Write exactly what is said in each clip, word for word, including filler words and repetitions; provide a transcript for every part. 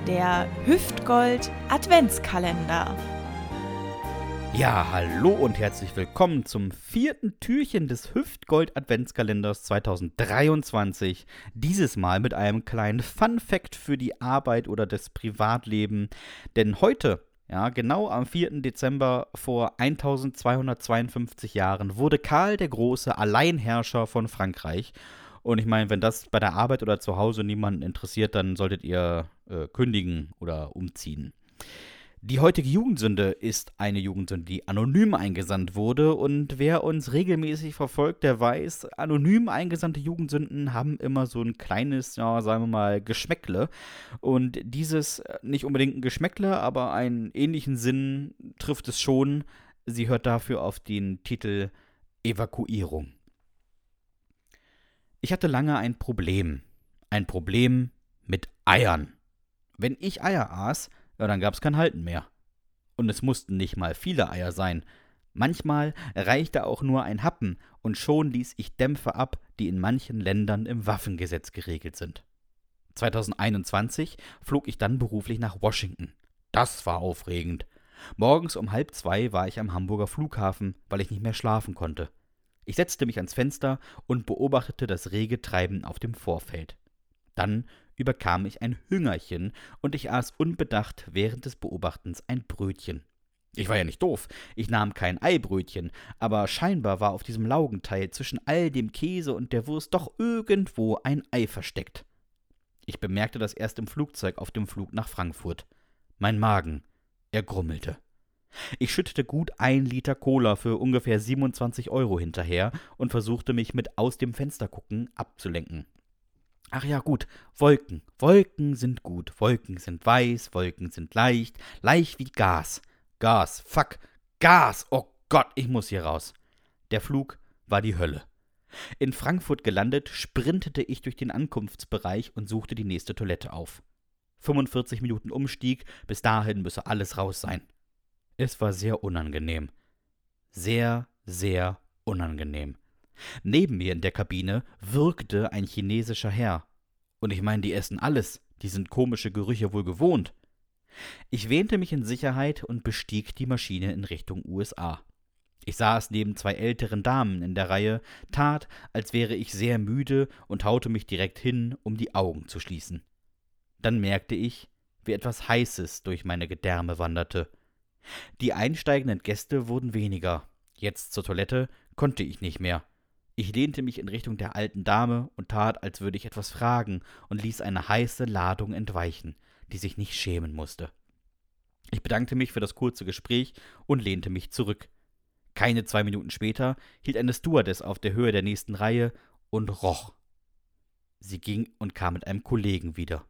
Der Hüftgold Adventskalender. Ja, hallo und herzlich willkommen zum vierten Türchen des Hüftgold Adventskalenders zweitausenddreiundzwanzig. Dieses Mal mit einem kleinen Fun-Fact für die Arbeit oder das Privatleben. Denn heute, ja, genau am vierten Dezember vor eintausendzweihundertzweiundfünfzig Jahren, wurde Karl der Große Alleinherrscher von Frankreich. Und ich meine, wenn das bei der Arbeit oder zu Hause niemanden interessiert, dann solltet ihr äh, kündigen oder umziehen. Die heutige Jugendsünde ist eine Jugendsünde, die anonym eingesandt wurde. Und wer uns regelmäßig verfolgt, der weiß, anonym eingesandte Jugendsünden haben immer so ein kleines, ja, sagen wir mal, Geschmäckle. Und dieses, nicht unbedingt ein Geschmäckle, aber einen ähnlichen Sinn trifft es schon. Sie hört dafür auf den Titel Evakuierung. Ich hatte lange ein Problem. Ein Problem mit Eiern. Wenn ich Eier aß, ja, dann gab es kein Halten mehr. Und es mussten nicht mal viele Eier sein. Manchmal reichte auch nur ein Happen und schon ließ ich Dämpfe ab, die in manchen Ländern im Waffengesetz geregelt sind. zweitausendeinundzwanzig flog ich dann beruflich nach Washington. Das war aufregend. Morgens um halb zwei war ich am Hamburger Flughafen, weil ich nicht mehr schlafen konnte. Ich setzte mich ans Fenster und beobachtete das rege Treiben auf dem Vorfeld. Dann überkam ich ein Hüngerchen und ich aß unbedacht während des Beobachtens ein Brötchen. Ich war ja nicht doof, ich nahm kein Eibrötchen, aber scheinbar war auf diesem Laugenteil zwischen all dem Käse und der Wurst doch irgendwo ein Ei versteckt. Ich bemerkte das erst im Flugzeug auf dem Flug nach Frankfurt. Mein Magen, er grummelte. Ich schüttete gut ein Liter Cola für ungefähr siebenundzwanzig Euro hinterher und versuchte mich mit aus dem Fenster gucken abzulenken. Ach ja, gut, Wolken, Wolken sind gut, Wolken sind weiß, Wolken sind leicht, leicht wie Gas. Gas, fuck, Gas, oh Gott, ich muss hier raus. Der Flug war die Hölle. In Frankfurt gelandet, sprintete ich durch den Ankunftsbereich und suchte die nächste Toilette auf. fünfundvierzig Minuten Umstieg, bis dahin müsse alles raus sein. Es war sehr unangenehm. Sehr, sehr unangenehm. Neben mir in der Kabine würgte ein chinesischer Herr. Und ich meine, die essen alles, die sind komische Gerüche wohl gewohnt. Ich wähnte mich in Sicherheit und bestieg die Maschine in Richtung U S A. Ich saß neben zwei älteren Damen in der Reihe, tat, als wäre ich sehr müde und haute mich direkt hin, um die Augen zu schließen. Dann merkte ich, wie etwas Heißes durch meine Gedärme wanderte. Die einsteigenden Gäste wurden weniger. Jetzt zur Toilette konnte ich nicht mehr. Ich lehnte mich in Richtung der alten Dame und tat, als würde ich etwas fragen und ließ eine heiße Ladung entweichen, die sich nicht schämen musste. Ich bedankte mich für das kurze Gespräch und lehnte mich zurück. Keine zwei Minuten später hielt eine Stewardess auf der Höhe der nächsten Reihe und roch. Sie ging und kam mit einem Kollegen wieder.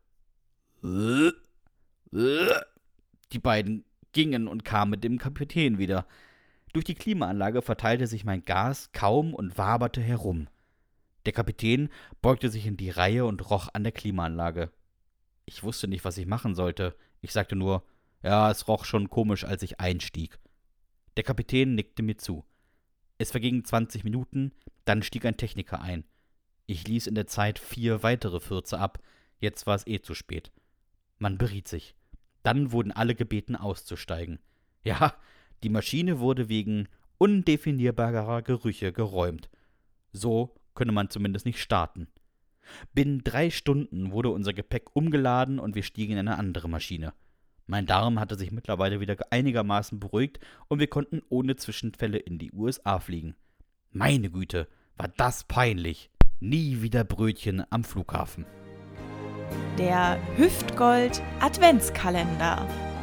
Die beiden gingen und kamen mit dem Kapitän wieder. Durch die Klimaanlage verteilte sich mein Gas kaum und waberte herum. Der Kapitän beugte sich in die Reihe und roch an der Klimaanlage. Ich wusste nicht, was ich machen sollte. Ich sagte nur, ja, es roch schon komisch, als ich einstieg. Der Kapitän nickte mir zu. Es vergingen zwanzig Minuten, dann stieg ein Techniker ein. Ich ließ in der Zeit vier weitere Fürze ab. Jetzt war es eh zu spät. Man beriet sich. Dann wurden alle gebeten, auszusteigen. Ja, die Maschine wurde wegen undefinierbarer Gerüche geräumt. So könne man zumindest nicht starten. Binnen drei Stunden wurde unser Gepäck umgeladen und wir stiegen in eine andere Maschine. Mein Darm hatte sich mittlerweile wieder einigermaßen beruhigt und wir konnten ohne Zwischenfälle in die U S A fliegen. Meine Güte, war das peinlich. Nie wieder Brötchen am Flughafen. Der Hüftgold Adventskalender.